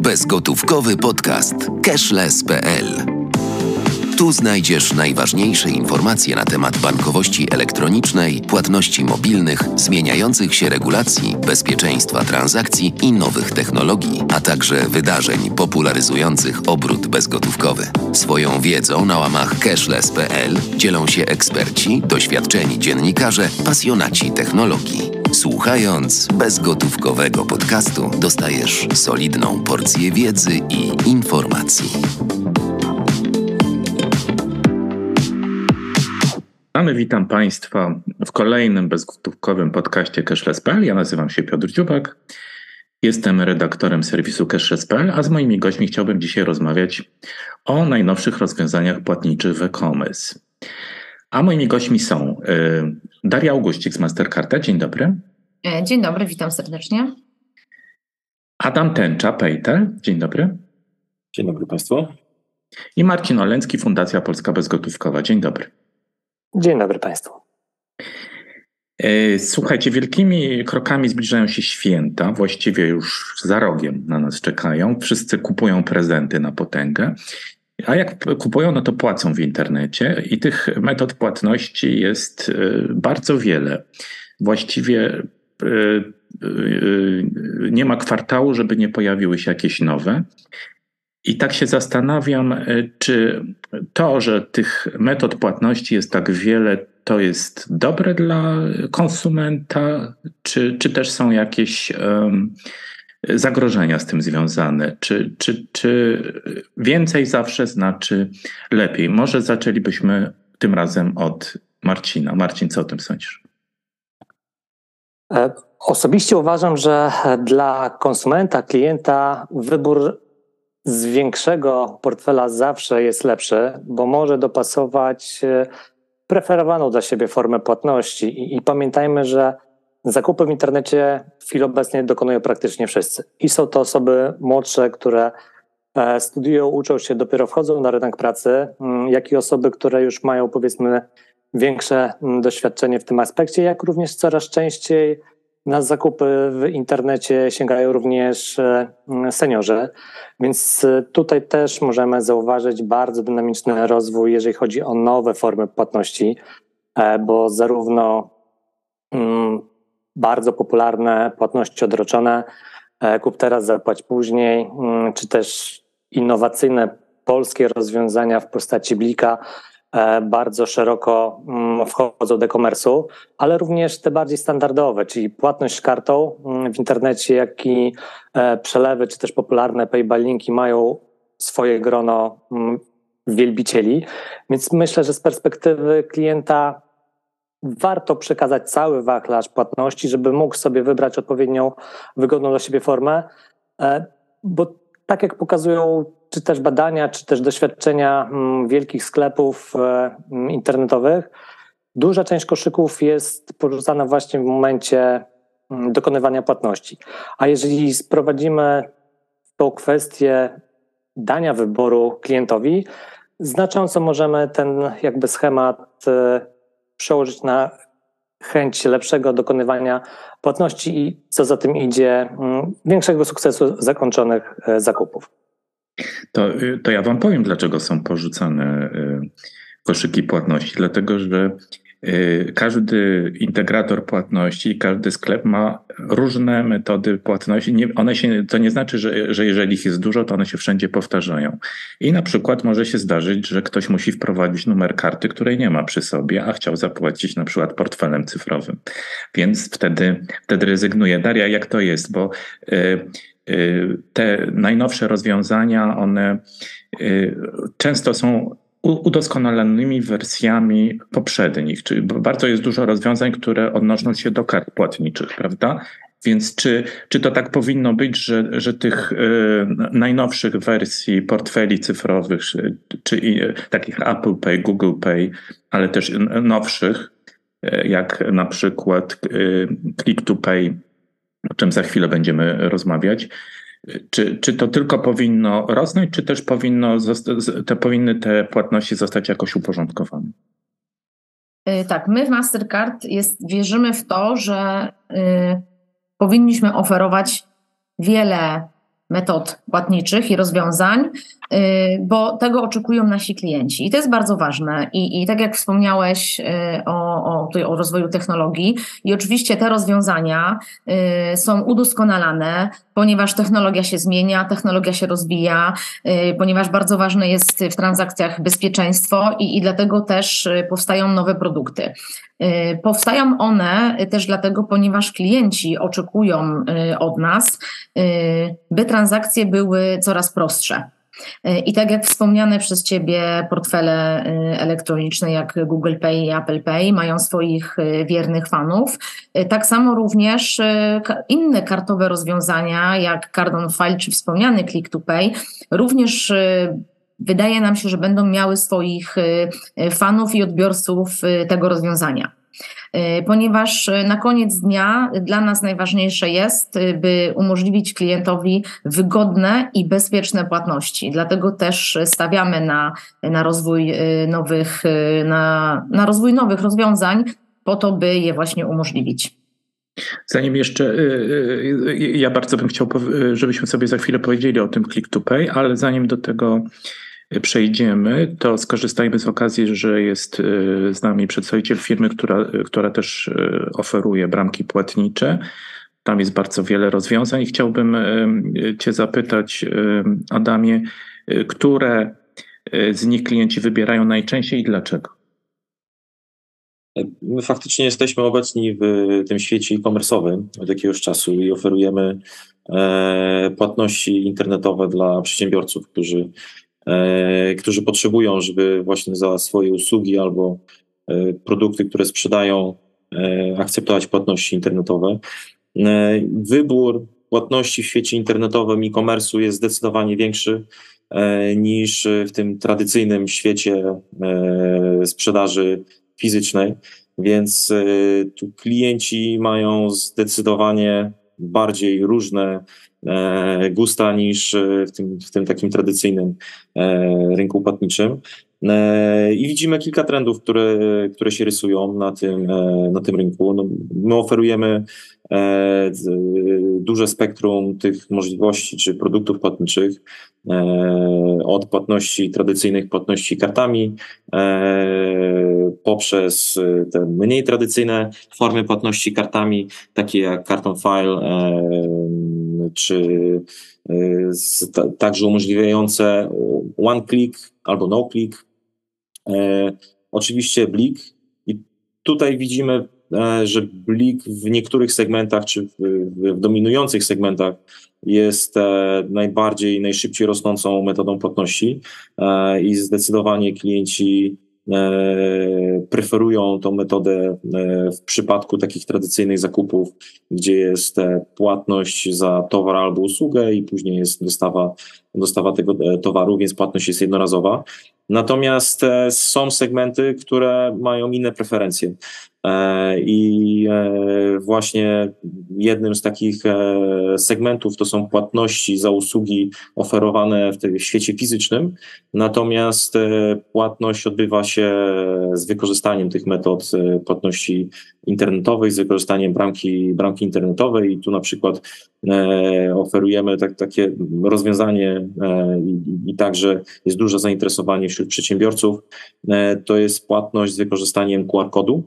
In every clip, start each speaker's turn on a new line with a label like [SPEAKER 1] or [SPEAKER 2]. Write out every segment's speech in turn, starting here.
[SPEAKER 1] Bezgotówkowy podcast cashless.pl. Tu znajdziesz najważniejsze informacje na temat bankowości elektronicznej, płatności mobilnych, zmieniających się regulacji, bezpieczeństwa transakcji i nowych technologii, a także wydarzeń popularyzujących obrót bezgotówkowy. Swoją wiedzą na łamach cashless.pl dzielą się eksperci, doświadczeni dziennikarze, pasjonaci technologii. Słuchając bezgotówkowego podcastu dostajesz solidną porcję wiedzy i informacji.
[SPEAKER 2] Witam Państwa w kolejnym bezgotówkowym podcaście cashless.pl. Ja nazywam się Piotr Dziubak, jestem redaktorem serwisu cashless.pl, a z moimi gośćmi chciałbym dzisiaj rozmawiać o najnowszych rozwiązaniach płatniczych w e-commerce. A moimi gośćmi są Daria Augustik z Mastercarda. Dzień dobry.
[SPEAKER 3] Dzień dobry, witam serdecznie.
[SPEAKER 2] Adam Tęcza, PayTel. Dzień dobry.
[SPEAKER 4] Dzień dobry Państwu.
[SPEAKER 2] I Marcin Olęcki, Fundacja Polska Bezgotówkowa. Dzień dobry.
[SPEAKER 5] Dzień dobry Państwu.
[SPEAKER 2] Słuchajcie, wielkimi krokami zbliżają się święta, właściwie już za rogiem na nas czekają. Wszyscy kupują prezenty na potęgę, a jak kupują, no to płacą w internecie i tych metod płatności jest bardzo wiele. Właściwie nie ma kwartału, żeby nie pojawiły się jakieś nowe. I tak się zastanawiam, czy to, że tych metod płatności jest tak wiele, to jest dobre dla konsumenta, czy też są jakieś zagrożenia z tym związane? Czy więcej zawsze znaczy lepiej? Może zaczęlibyśmy tym razem od Marcina. Marcin, co o tym sądzisz?
[SPEAKER 5] Osobiście uważam, że dla konsumenta, klienta wybór z większego portfela zawsze jest lepszy, bo może dopasować preferowaną dla siebie formę płatności. I pamiętajmy, że zakupy w internecie w chwili obecnej dokonują praktycznie wszyscy. I są to osoby młodsze, które studiują, uczą się, dopiero wchodzą na rynek pracy, jak i osoby, które już mają, powiedzmy, większe doświadczenie w tym aspekcie, jak również coraz częściej na zakupy w internecie sięgają również seniorzy, więc tutaj też możemy zauważyć bardzo dynamiczny rozwój, jeżeli chodzi o nowe formy płatności, bo zarówno bardzo popularne płatności odroczone, kup teraz, zapłać później, czy też innowacyjne polskie rozwiązania w postaci Blika bardzo szeroko wchodzą do e-commerce'u, ale również te bardziej standardowe, czyli płatność kartą w internecie, jak i przelewy, czy też popularne payballinki mają swoje grono wielbicieli, więc myślę, że z perspektywy klienta warto przekazać cały wachlarz płatności, żeby mógł sobie wybrać odpowiednią, wygodną dla siebie formę, bo tak jak pokazują czy też badania, czy też doświadczenia wielkich sklepów internetowych, duża część koszyków jest porzucana właśnie w momencie dokonywania płatności. A jeżeli sprowadzimy tą kwestię dania wyboru klientowi, znacząco możemy ten jakby schemat przełożyć na chęć lepszego dokonywania płatności i co za tym idzie, większego sukcesu zakończonych zakupów.
[SPEAKER 2] To ja wam powiem, dlaczego są porzucane koszyki płatności. Dlatego, że każdy integrator płatności, każdy sklep ma różne metody płatności. To nie znaczy, że jeżeli ich jest dużo, to one się wszędzie powtarzają. I na przykład może się zdarzyć, że ktoś musi wprowadzić numer karty, której nie ma przy sobie, a chciał zapłacić na przykład portfelem cyfrowym. Więc wtedy rezygnuje. Daria, jak to jest? Bo te najnowsze rozwiązania, one często są udoskonalonymi wersjami poprzednich. Czyli bardzo jest dużo rozwiązań, które odnoszą się do kart płatniczych, prawda? Więc czy to tak powinno być, że tych najnowszych wersji portfeli cyfrowych, czy takich Apple Pay, Google Pay, ale też nowszych, jak na przykład Click to Pay, o czym za chwilę będziemy rozmawiać, czy to tylko powinno rosnąć, czy też powinny te płatności zostać jakoś uporządkowane?
[SPEAKER 3] Tak, my w Mastercard wierzymy w to, że powinniśmy oferować wiele metod płatniczych i rozwiązań, bo tego oczekują nasi klienci. I to jest bardzo ważne. I tak jak wspomniałeś o rozwoju technologii, i oczywiście te rozwiązania są udoskonalane, ponieważ technologia się zmienia, technologia się rozwija, ponieważ bardzo ważne jest w transakcjach bezpieczeństwo i dlatego też powstają nowe produkty. Powstają one też dlatego, ponieważ klienci oczekują od nas, by transakcje były coraz prostsze. I tak jak wspomniane przez Ciebie portfele elektroniczne jak Google Pay i Apple Pay mają swoich wiernych fanów, tak samo również inne kartowe rozwiązania jak Card on File czy wspomniany Click to Pay również wydaje nam się, że będą miały swoich fanów i odbiorców tego rozwiązania. Ponieważ na koniec dnia dla nas najważniejsze jest, by umożliwić klientowi wygodne i bezpieczne płatności. Dlatego też stawiamy na rozwój nowych rozwiązań po to, by je właśnie umożliwić.
[SPEAKER 2] Zanim jeszcze, ja bardzo bym chciał, żebyśmy sobie za chwilę powiedzieli o tym Click to Pay, ale zanim do tego przejdziemy, to skorzystajmy z okazji, że jest z nami przedstawiciel firmy, która też oferuje bramki płatnicze. Tam jest bardzo wiele rozwiązań i chciałbym Cię zapytać, Adamie, które z nich klienci wybierają najczęściej i dlaczego?
[SPEAKER 4] My faktycznie jesteśmy obecni w tym świecie e-commerce'owym od jakiegoś czasu i oferujemy płatności internetowe dla przedsiębiorców, którzy potrzebują, żeby właśnie za swoje usługi albo produkty, które sprzedają, akceptować płatności internetowe. Wybór płatności w świecie internetowym e-commerce'u jest zdecydowanie większy niż w tym tradycyjnym świecie sprzedaży fizycznej, więc tu klienci mają zdecydowanie bardziej różne gusta niż w tym takim tradycyjnym rynku płatniczym. I widzimy kilka trendów, które się rysują na tym rynku. No, my oferujemy duże spektrum tych możliwości czy produktów płatniczych, od płatności tradycyjnych, płatności kartami, poprzez te mniej tradycyjne formy płatności kartami, takie jak Card on File, czy także umożliwiające one click albo no click. Oczywiście Blik, i tutaj widzimy, że Blik w niektórych segmentach, czy w dominujących segmentach jest najszybciej rosnącą metodą płatności i zdecydowanie klienci preferują tą metodę w przypadku takich tradycyjnych zakupów, gdzie jest płatność za towar albo usługę i później jest dostawa tego towaru, więc płatność jest jednorazowa. Natomiast są segmenty, które mają inne preferencje i właśnie jednym z takich segmentów to są płatności za usługi oferowane w świecie fizycznym, natomiast płatność odbywa się z wykorzystaniem tych metod płatności internetowej, z wykorzystaniem bramki internetowej i tu na przykład oferujemy takie rozwiązanie i także jest duże zainteresowanie wśród przedsiębiorców. To jest płatność z wykorzystaniem QR-kodu,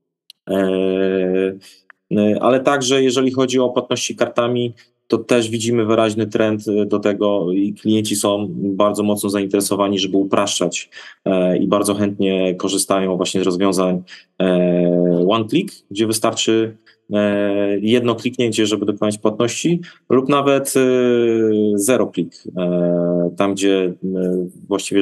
[SPEAKER 4] ale także jeżeli chodzi o płatności kartami, to też widzimy wyraźny trend do tego i klienci są bardzo mocno zainteresowani, żeby upraszczać i bardzo chętnie korzystają właśnie z rozwiązań one click, gdzie wystarczy jedno kliknięcie, żeby dokonać płatności, lub nawet zero click, tam gdzie właściwie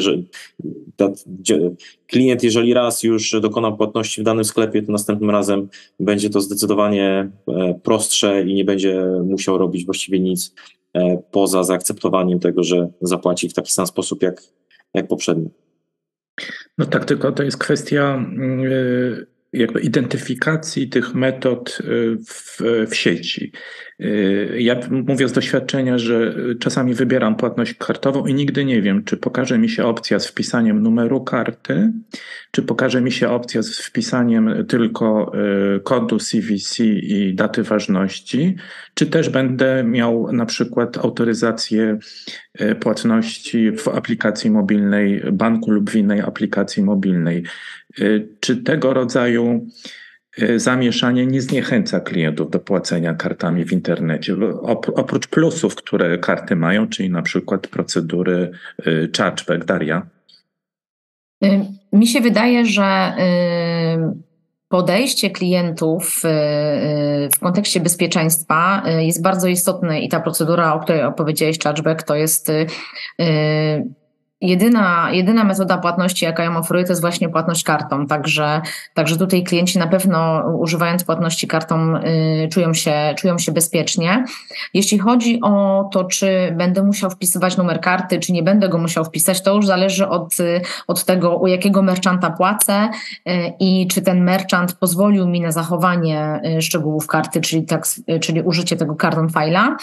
[SPEAKER 4] klient, jeżeli raz już dokona płatności w danym sklepie, to następnym razem będzie to zdecydowanie prostsze i nie będzie musiał robić właściwie nic poza zaakceptowaniem tego, że zapłaci w taki sam sposób jak poprzednio.
[SPEAKER 2] No tak, tylko to jest kwestia jakby identyfikacji tych metod w sieci. Ja mówię z doświadczenia, że czasami wybieram płatność kartową i nigdy nie wiem, czy pokaże mi się opcja z wpisaniem numeru karty, czy pokaże mi się opcja z wpisaniem tylko kodu CVC i daty ważności, czy też będę miał na przykład autoryzację płatności w aplikacji mobilnej banku lub w innej aplikacji mobilnej. Czy tego rodzaju zamieszanie nie zniechęca klientów do płacenia kartami w internecie? Oprócz plusów, które karty mają, czyli na przykład procedury chargeback. Daria?
[SPEAKER 3] Mi się wydaje, że podejście klientów w kontekście bezpieczeństwa jest bardzo istotne i ta procedura, o której opowiedziałeś, chargeback, to jest jedyna metoda płatności, jaka ją oferuje, to jest właśnie płatność kartą. Także tutaj klienci na pewno, używając płatności kartą, czują się bezpiecznie. Jeśli chodzi o to, czy będę musiał wpisywać numer karty, czy nie będę go musiał wpisać, to już zależy od tego, u jakiego merchanta płacę i czy ten merchant pozwolił mi na zachowanie szczegółów karty, czyli użycie tego karton file'a.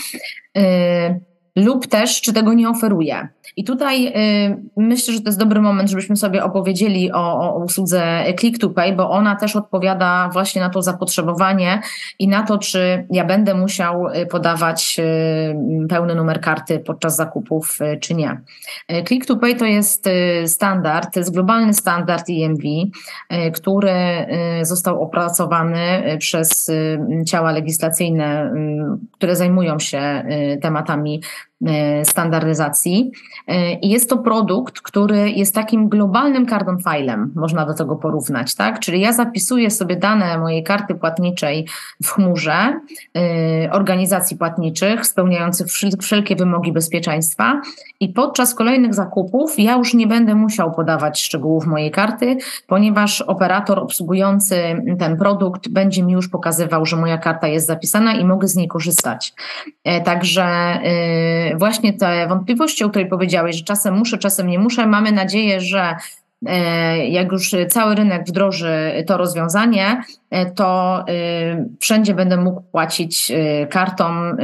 [SPEAKER 3] Lub też, czy tego nie oferuje. I tutaj myślę, że to jest dobry moment, żebyśmy sobie opowiedzieli o usłudze Click to Pay, bo ona też odpowiada właśnie na to zapotrzebowanie i na to, czy ja będę musiał podawać pełny numer karty podczas zakupów, czy nie. Click to Pay to jest standard, to jest globalny standard EMV, który został opracowany przez ciała legislacyjne, które zajmują się tematami standaryzacji. I jest to produkt, który jest takim globalnym cardon filem, można do tego porównać, tak? Czyli ja zapisuję sobie dane mojej karty płatniczej w chmurze organizacji płatniczych spełniających wszelkie wymogi bezpieczeństwa i podczas kolejnych zakupów ja już nie będę musiał podawać szczegółów mojej karty, ponieważ operator obsługujący ten produkt będzie mi już pokazywał, że moja karta jest zapisana i mogę z niej korzystać. Także właśnie te wątpliwości, o której powiedziałeś, że czasem muszę, czasem nie muszę, mamy nadzieję, że jak już cały rynek wdroży to rozwiązanie, to wszędzie będę mógł płacić kartą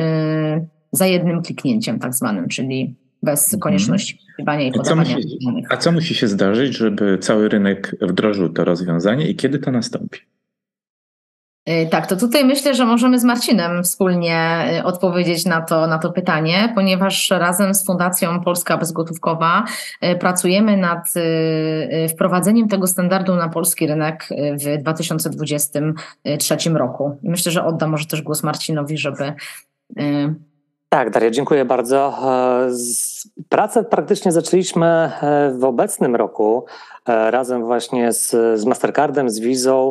[SPEAKER 3] za jednym kliknięciem tak zwanym, czyli bez konieczności wpisywania i podawania.
[SPEAKER 2] A co musi się zdarzyć, żeby cały rynek wdrożył to rozwiązanie i kiedy to nastąpi?
[SPEAKER 3] Tak, to tutaj myślę, że możemy z Marcinem wspólnie odpowiedzieć na to pytanie, ponieważ razem z Fundacją Polska Bezgotówkowa pracujemy nad wprowadzeniem tego standardu na polski rynek w 2023 roku. Myślę, że oddam może też głos Marcinowi, żeby...
[SPEAKER 5] Tak, Daria, dziękuję bardzo. Pracę praktycznie zaczęliśmy w obecnym roku, razem właśnie z Mastercardem, z Vizą.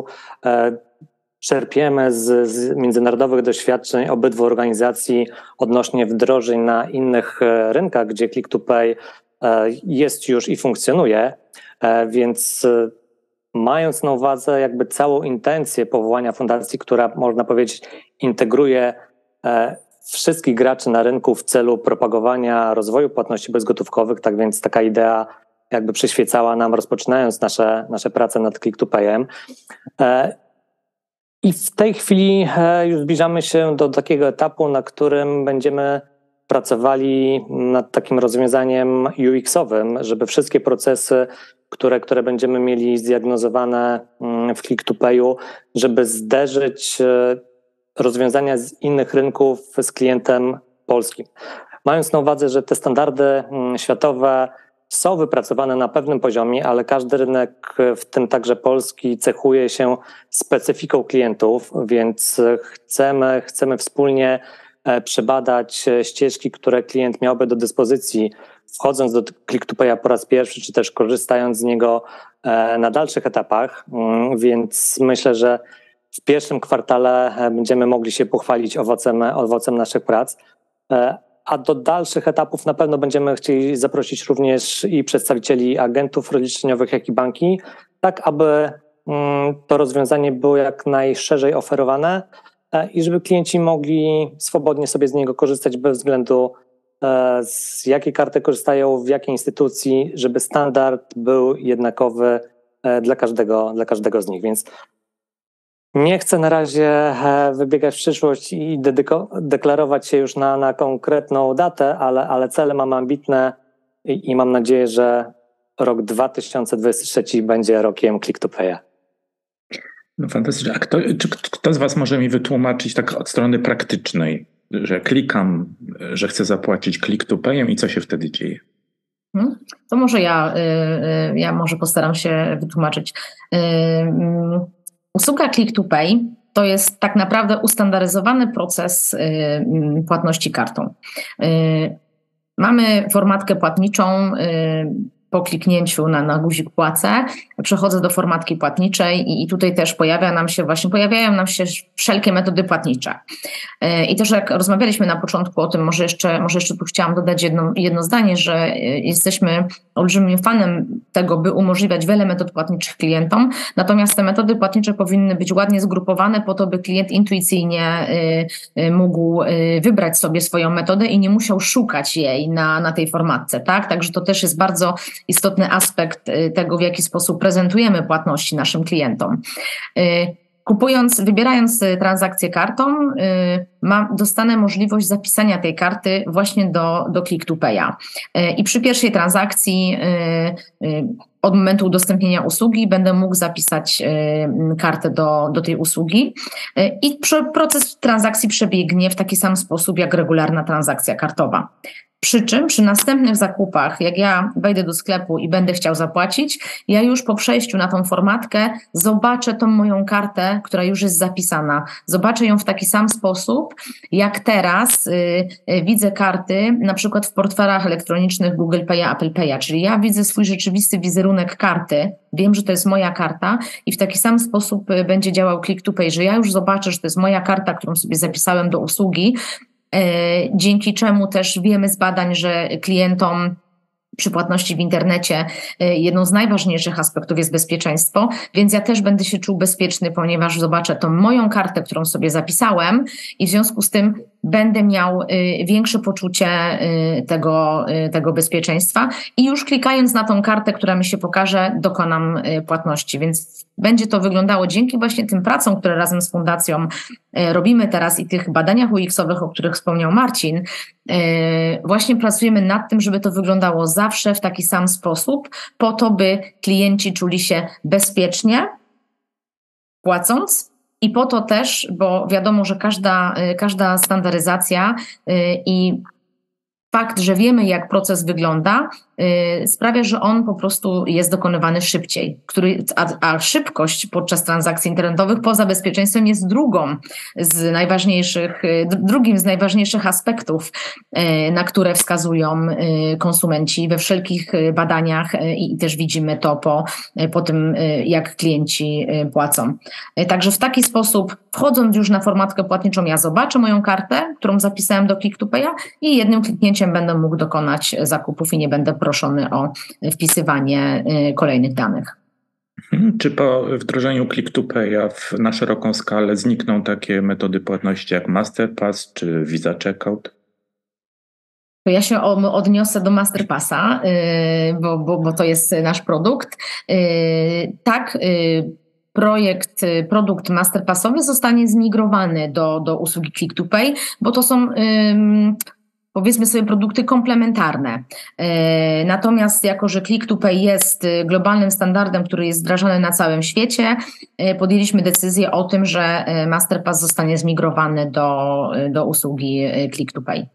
[SPEAKER 5] Czerpiemy z międzynarodowych doświadczeń obydwu organizacji odnośnie wdrożeń na innych rynkach, gdzie Click to Pay jest już i funkcjonuje, więc mając na uwadze jakby całą intencję powołania fundacji, która można powiedzieć integruje wszystkich graczy na rynku w celu propagowania rozwoju płatności bezgotówkowych, tak więc taka idea jakby przyświecała nam, rozpoczynając nasze prace nad Click to Payem. I w tej chwili już zbliżamy się do takiego etapu, na którym będziemy pracowali nad takim rozwiązaniem UX-owym, żeby wszystkie procesy, które będziemy mieli zdiagnozowane w Click to Payu, żeby zderzyć rozwiązania z innych rynków z klientem polskim. Mając na uwadze, że te standardy światowe są wypracowane na pewnym poziomie, ale każdy rynek, w tym także polski, cechuje się specyfiką klientów, więc chcemy wspólnie przebadać ścieżki, które klient miałby do dyspozycji, wchodząc do Click to Paya po raz pierwszy, czy też korzystając z niego na dalszych etapach, więc myślę, że w pierwszym kwartale będziemy mogli się pochwalić owocem naszych prac. A do dalszych etapów na pewno będziemy chcieli zaprosić również i przedstawicieli agentów rozliczeniowych, jak i banki, tak aby to rozwiązanie było jak najszerzej oferowane i żeby klienci mogli swobodnie sobie z niego korzystać bez względu z jakiej karty korzystają, w jakiej instytucji, żeby standard był jednakowy dla każdego z nich. Więc Nie chcę na razie wybiegać w przyszłość i deklarować się już na konkretną datę, ale cele mam ambitne i mam nadzieję, że rok 2023 będzie rokiem Click2Paya.
[SPEAKER 2] No fantastycznie. A kto z Was może mi wytłumaczyć tak od strony praktycznej, że klikam, że chcę zapłacić Click2Payem i co się wtedy dzieje?
[SPEAKER 3] To może ja może postaram się wytłumaczyć. Usługa Click2Pay to jest tak naprawdę ustandaryzowany proces płatności kartą. Mamy formatkę płatniczą. Po kliknięciu na guzik płacę, przechodzę do formatki płatniczej i tutaj też pojawiają nam się wszelkie metody płatnicze. I też jak rozmawialiśmy na początku o tym, może jeszcze tu chciałam dodać jedno zdanie, że jesteśmy olbrzymim fanem tego, by umożliwiać wiele metod płatniczych klientom, natomiast te metody płatnicze powinny być ładnie zgrupowane po to, by klient intuicyjnie mógł wybrać sobie swoją metodę i nie musiał szukać jej na tej formatce, tak? Także to też jest bardzo istotny aspekt tego, w jaki sposób prezentujemy płatności naszym klientom. Wybierając transakcję kartą, dostanę możliwość zapisania tej karty właśnie do Click2Paya. I przy pierwszej transakcji od momentu udostępnienia usługi będę mógł zapisać kartę do tej usługi i proces transakcji przebiegnie w taki sam sposób jak regularna transakcja kartowa. Przy czym przy następnych zakupach, jak ja wejdę do sklepu i będę chciał zapłacić, ja już po przejściu na tą formatkę zobaczę tą moją kartę, która już jest zapisana. Zobaczę ją w taki sam sposób, jak teraz widzę karty na przykład w portfelach elektronicznych Google Pay'a, Apple Pay'a, czyli ja widzę swój rzeczywisty wizerunek karty, wiem, że to jest moja karta i w taki sam sposób będzie działał Click2Pay, że ja już zobaczę, że to jest moja karta, którą sobie zapisałem do usługi, dzięki czemu też wiemy z badań, że klientom przy płatności w internecie jedną z najważniejszych aspektów jest bezpieczeństwo, więc ja też będę się czuł bezpieczny, ponieważ zobaczę tą moją kartę, którą sobie zapisałem i w związku z tym będę miał większe poczucie tego bezpieczeństwa i już klikając na tą kartę, która mi się pokaże, dokonam płatności, więc będzie to wyglądało dzięki właśnie tym pracom, które razem z Fundacją robimy teraz i tych badaniach UX-owych, o których wspomniał Marcin. Właśnie pracujemy nad tym, żeby to wyglądało zawsze w taki sam sposób, po to, by klienci czuli się bezpiecznie płacąc i po to też, bo wiadomo, że każda standaryzacja i fakt, że wiemy, jak proces wygląda, sprawia, że on po prostu jest dokonywany szybciej. A szybkość podczas transakcji internetowych poza bezpieczeństwem jest drugim z najważniejszych aspektów, na które wskazują konsumenci we wszelkich badaniach i też widzimy to po tym, jak klienci płacą. Także w taki sposób, wchodząc już na formatkę płatniczą, ja zobaczę moją kartę, którą zapisałem do Click2Paya i jednym kliknięciem będę mógł dokonać zakupów i nie będę proszony o wpisywanie kolejnych danych.
[SPEAKER 2] Czy po wdrożeniu Click2Paya na szeroką skalę znikną takie metody płatności jak Masterpass czy Visa Checkout?
[SPEAKER 3] To ja się odniosę do Masterpassa, bo to jest nasz produkt. Tak, produkt Masterpassowy zostanie zmigrowany do usługi Click2Pay, bo to są powiedzmy sobie produkty komplementarne. Natomiast jako, że Click2Pay jest globalnym standardem, który jest wdrażany na całym świecie, podjęliśmy decyzję o tym, że Masterpass zostanie zmigrowany do usługi Click2Pay.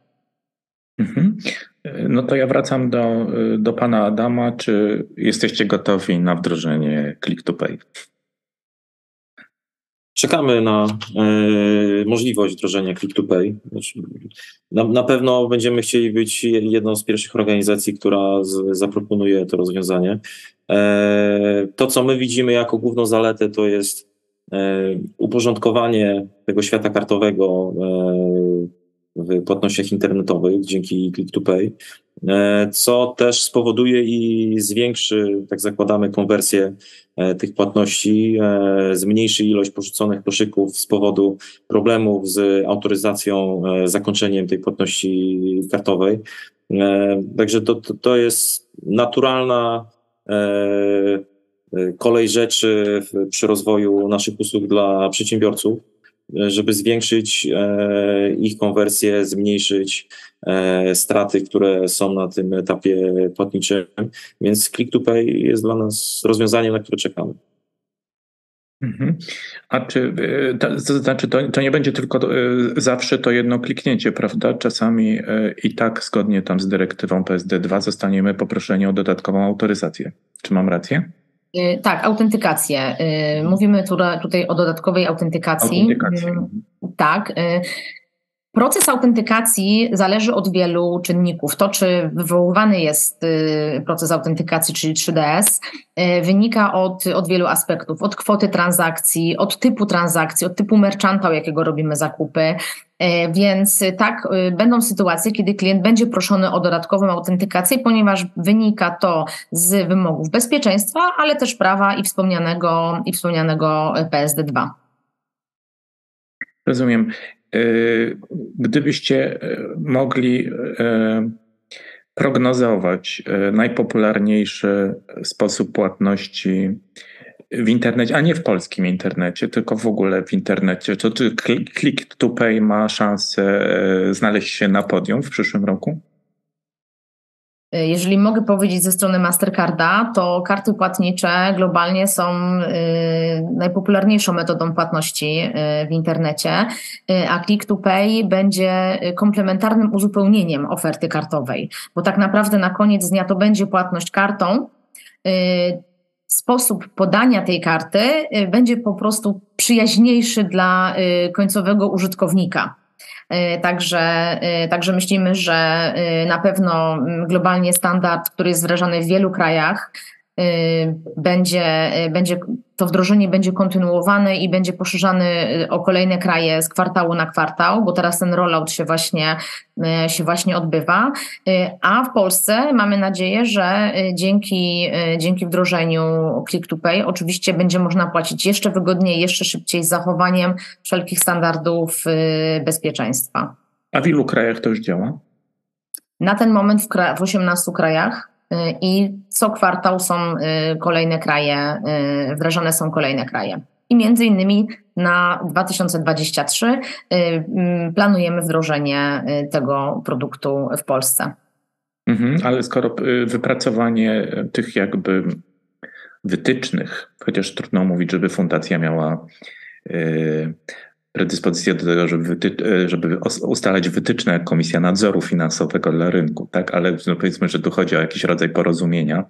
[SPEAKER 2] No to ja wracam do pana Adama. Czy jesteście gotowi na wdrożenie Click2Pay?
[SPEAKER 4] Czekamy na możliwość wdrożenia Click2Pay. Na pewno będziemy chcieli być jedną z pierwszych organizacji, która zaproponuje to rozwiązanie. To, co my widzimy jako główną zaletę, to jest uporządkowanie tego świata kartowego w płatnościach internetowych dzięki Click2Pay, co też spowoduje i zwiększy, tak zakładamy, konwersję tych płatności, zmniejszy ilość porzuconych koszyków z powodu problemów z autoryzacją, zakończeniem tej płatności kartowej. Także to jest naturalna kolej rzeczy przy rozwoju naszych usług dla przedsiębiorców, żeby zwiększyć ich konwersję, zmniejszyć straty, które są na tym etapie płatniczym. Więc Click2Pay jest dla nas rozwiązaniem, na które czekamy.
[SPEAKER 2] A czy to nie będzie tylko zawsze to jedno kliknięcie, prawda? Czasami i tak zgodnie tam z dyrektywą PSD2 zostaniemy poproszeni o dodatkową autoryzację. Czy mam rację?
[SPEAKER 3] Tak, autentykację. Mówimy tutaj o dodatkowej autentykacji. Tak. Proces autentykacji zależy od wielu czynników. To, czy wywoływany jest proces autentykacji, czyli 3DS, wynika od wielu aspektów. Od kwoty transakcji, od typu merchanta, u jakiego robimy zakupy. Więc tak, będą sytuacje, kiedy klient będzie proszony o dodatkową autentykację, ponieważ wynika to z wymogów bezpieczeństwa, ale też prawa i wspomnianego PSD2.
[SPEAKER 2] Rozumiem. Gdybyście mogli prognozować najpopularniejszy sposób płatności w internecie, a nie w polskim internecie, tylko w ogóle w internecie, to czy Click2Pay ma szansę znaleźć się na podium w przyszłym roku?
[SPEAKER 3] Jeżeli mogę powiedzieć ze strony Mastercarda, to karty płatnicze globalnie są najpopularniejszą metodą płatności w internecie, a Click2Pay będzie komplementarnym uzupełnieniem oferty kartowej, bo tak naprawdę na koniec dnia to będzie płatność kartą. Sposób podania tej karty będzie po prostu przyjaźniejszy dla końcowego użytkownika. Także myślimy, że na pewno globalnie standard, który jest wdrażany w wielu krajach, to wdrożenie będzie kontynuowane i będzie poszerzany o kolejne kraje z kwartału na kwartał, bo teraz ten rollout się właśnie odbywa. A w Polsce mamy nadzieję, że dzięki wdrożeniu Click2Pay oczywiście będzie można płacić jeszcze wygodniej, jeszcze szybciej z zachowaniem wszelkich standardów bezpieczeństwa.
[SPEAKER 2] A w ilu krajach to już działa?
[SPEAKER 3] Na ten moment w 18 krajach. I co kwartał są kolejne kraje, wdrażane są kolejne kraje. I między innymi na 2023 planujemy wdrożenie tego produktu w Polsce.
[SPEAKER 2] Ale skoro wypracowanie tych jakby wytycznych, chociaż trudno mówić, żeby fundacja miała predyspozycję do tego, żeby ustalać wytyczne jak Komisja Nadzoru Finansowego dla rynku, tak? Ale powiedzmy, że tu chodzi o jakiś rodzaj porozumienia.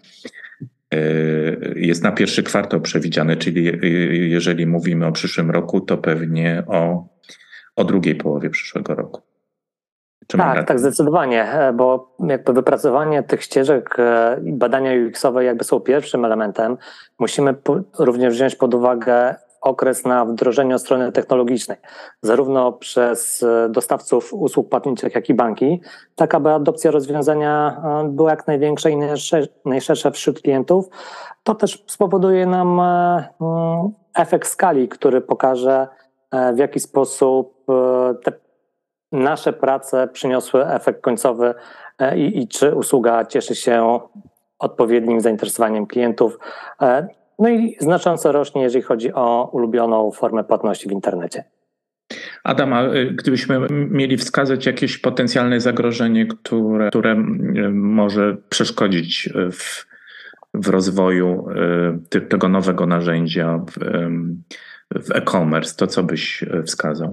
[SPEAKER 2] Jest na pierwszy kwartał przewidziane, czyli jeżeli mówimy o przyszłym roku, to pewnie o drugiej połowie przyszłego roku.
[SPEAKER 5] Tak, zdecydowanie, bo jakby wypracowanie tych ścieżek i badania UX-owe jakby są pierwszym elementem. Musimy również wziąć pod uwagę okres na wdrożenie od strony technologicznej, zarówno przez dostawców usług płatniczych, jak i banki, tak aby adopcja rozwiązania była jak największa i najszersza wśród klientów. To też spowoduje nam efekt skali, który pokaże, w jaki sposób te nasze prace przyniosły efekt końcowy i czy usługa cieszy się odpowiednim zainteresowaniem klientów. No i znacząco rośnie, jeżeli chodzi o ulubioną formę płatności w internecie.
[SPEAKER 2] Adam, a gdybyśmy mieli wskazać jakieś potencjalne zagrożenie, które może przeszkodzić w rozwoju tego nowego narzędzia w e-commerce, to co byś wskazał?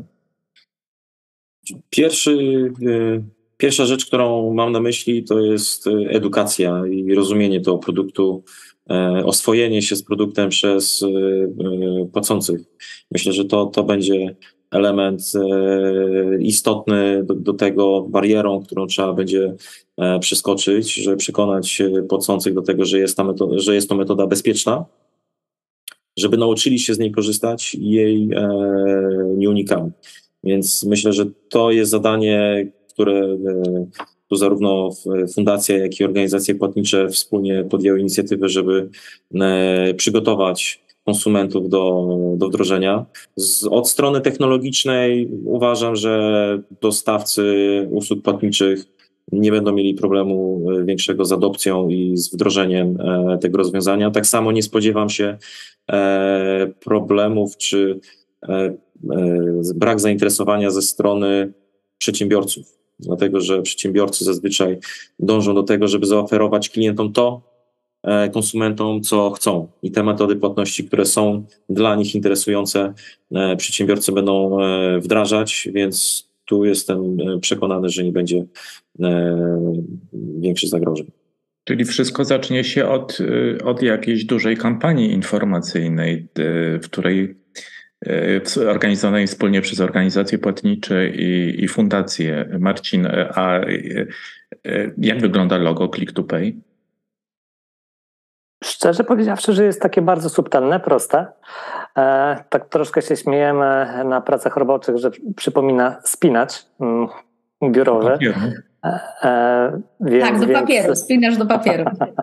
[SPEAKER 4] Pierwsza rzecz, którą mam na myśli, to jest edukacja i rozumienie tego produktu, oswojenie się z produktem przez płacących. Myślę, że to będzie element istotny do tego, barierą, którą trzeba będzie przeskoczyć, żeby przekonać płacących do tego, że jest to metoda bezpieczna, żeby nauczyli się z niej korzystać i jej nie unikali. Więc myślę, że to jest zadanie, które tu zarówno fundacja, jak i organizacje płatnicze wspólnie podjęły inicjatywę, żeby przygotować konsumentów do wdrożenia. Od strony technologicznej uważam, że dostawcy usług płatniczych nie będą mieli problemu większego z adopcją i z wdrożeniem tego rozwiązania. Tak samo nie spodziewam się problemów czy brak zainteresowania ze strony przedsiębiorców, dlatego że przedsiębiorcy zazwyczaj dążą do tego, żeby zaoferować klientom konsumentom, co chcą. I te metody płatności, które są dla nich interesujące, przedsiębiorcy będą wdrażać, więc tu jestem przekonany, że nie będzie większych zagrożeń.
[SPEAKER 2] Czyli wszystko zacznie się od jakiejś dużej kampanii informacyjnej, w której organizowanej wspólnie przez organizacje płatnicze i fundacje. Marcin, a jak wygląda logo Click2Pay?
[SPEAKER 5] Szczerze powiedziawszy, że jest takie bardzo subtelne, proste. Tak troszkę się śmiejemy na pracach roboczych, że przypomina spinacz biurowy.
[SPEAKER 3] Tak, do papieru, spinasz do papieru.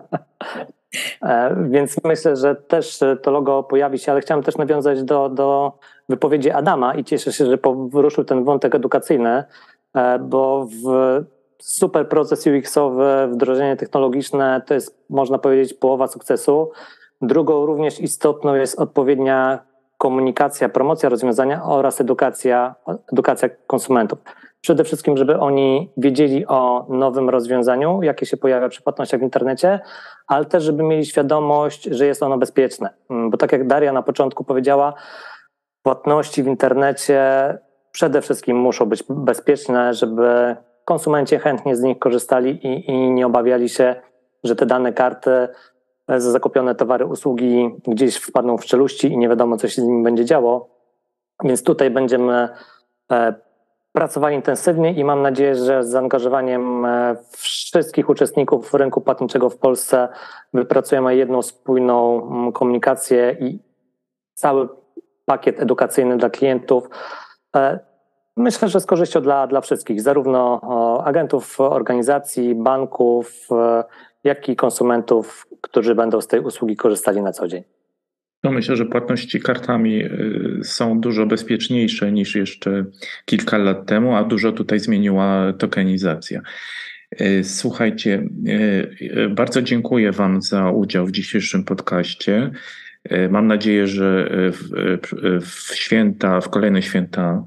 [SPEAKER 5] Więc myślę, że też to logo pojawi się, ale chciałem też nawiązać do wypowiedzi Adama i cieszę się, że poruszył ten wątek edukacyjny, bo super proces UX-owy, wdrożenie technologiczne to jest, można powiedzieć, połowa sukcesu. Drugą również istotną jest odpowiednia komunikacja, promocja rozwiązania oraz edukacja konsumentów. Przede wszystkim, żeby oni wiedzieli o nowym rozwiązaniu, jakie się pojawia przy płatnościach w internecie, ale też, żeby mieli świadomość, że jest ono bezpieczne. Bo tak jak Daria na początku powiedziała, płatności w internecie przede wszystkim muszą być bezpieczne, żeby konsumenci chętnie z nich korzystali i nie obawiali się, że te dane karty za zakupione towary, usługi gdzieś wpadną w czeluści i nie wiadomo, co się z nimi będzie działo. Więc tutaj będziemy pracowali intensywnie i mam nadzieję, że z zaangażowaniem wszystkich uczestników rynku płatniczego w Polsce wypracujemy jedną spójną komunikację i cały pakiet edukacyjny dla klientów. Myślę, że z korzyścią dla wszystkich, zarówno agentów, organizacji, banków, jak i konsumentów, którzy będą z tej usługi korzystali na co dzień.
[SPEAKER 2] No myślę, że płatności kartami są dużo bezpieczniejsze niż jeszcze kilka lat temu, a dużo tutaj zmieniła tokenizacja. Słuchajcie, bardzo dziękuję Wam za udział w dzisiejszym podcaście. Mam nadzieję, że w kolejne święta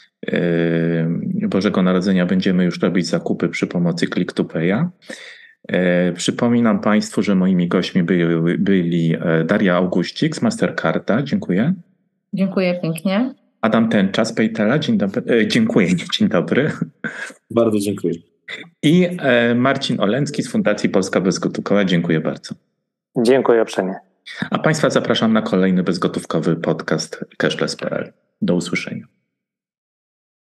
[SPEAKER 2] Bożego Narodzenia będziemy już robić zakupy przy pomocy Click2Pay'a. Przypominam Państwu, że moimi gośćmi byli Daria Auguścik z Mastercarda. Dziękuję.
[SPEAKER 3] Dziękuję pięknie.
[SPEAKER 2] Adam Tęcza z PayTela. Dzień dobry. Dziękuję. Dzień dobry.
[SPEAKER 4] Bardzo dziękuję.
[SPEAKER 2] I Marcin Olencki z Fundacji Polska Bezgotówkowa. Dziękuję bardzo.
[SPEAKER 5] Dziękuję uprzejmie.
[SPEAKER 2] A Państwa zapraszam na kolejny bezgotówkowy podcast cashless.pl. Do usłyszenia.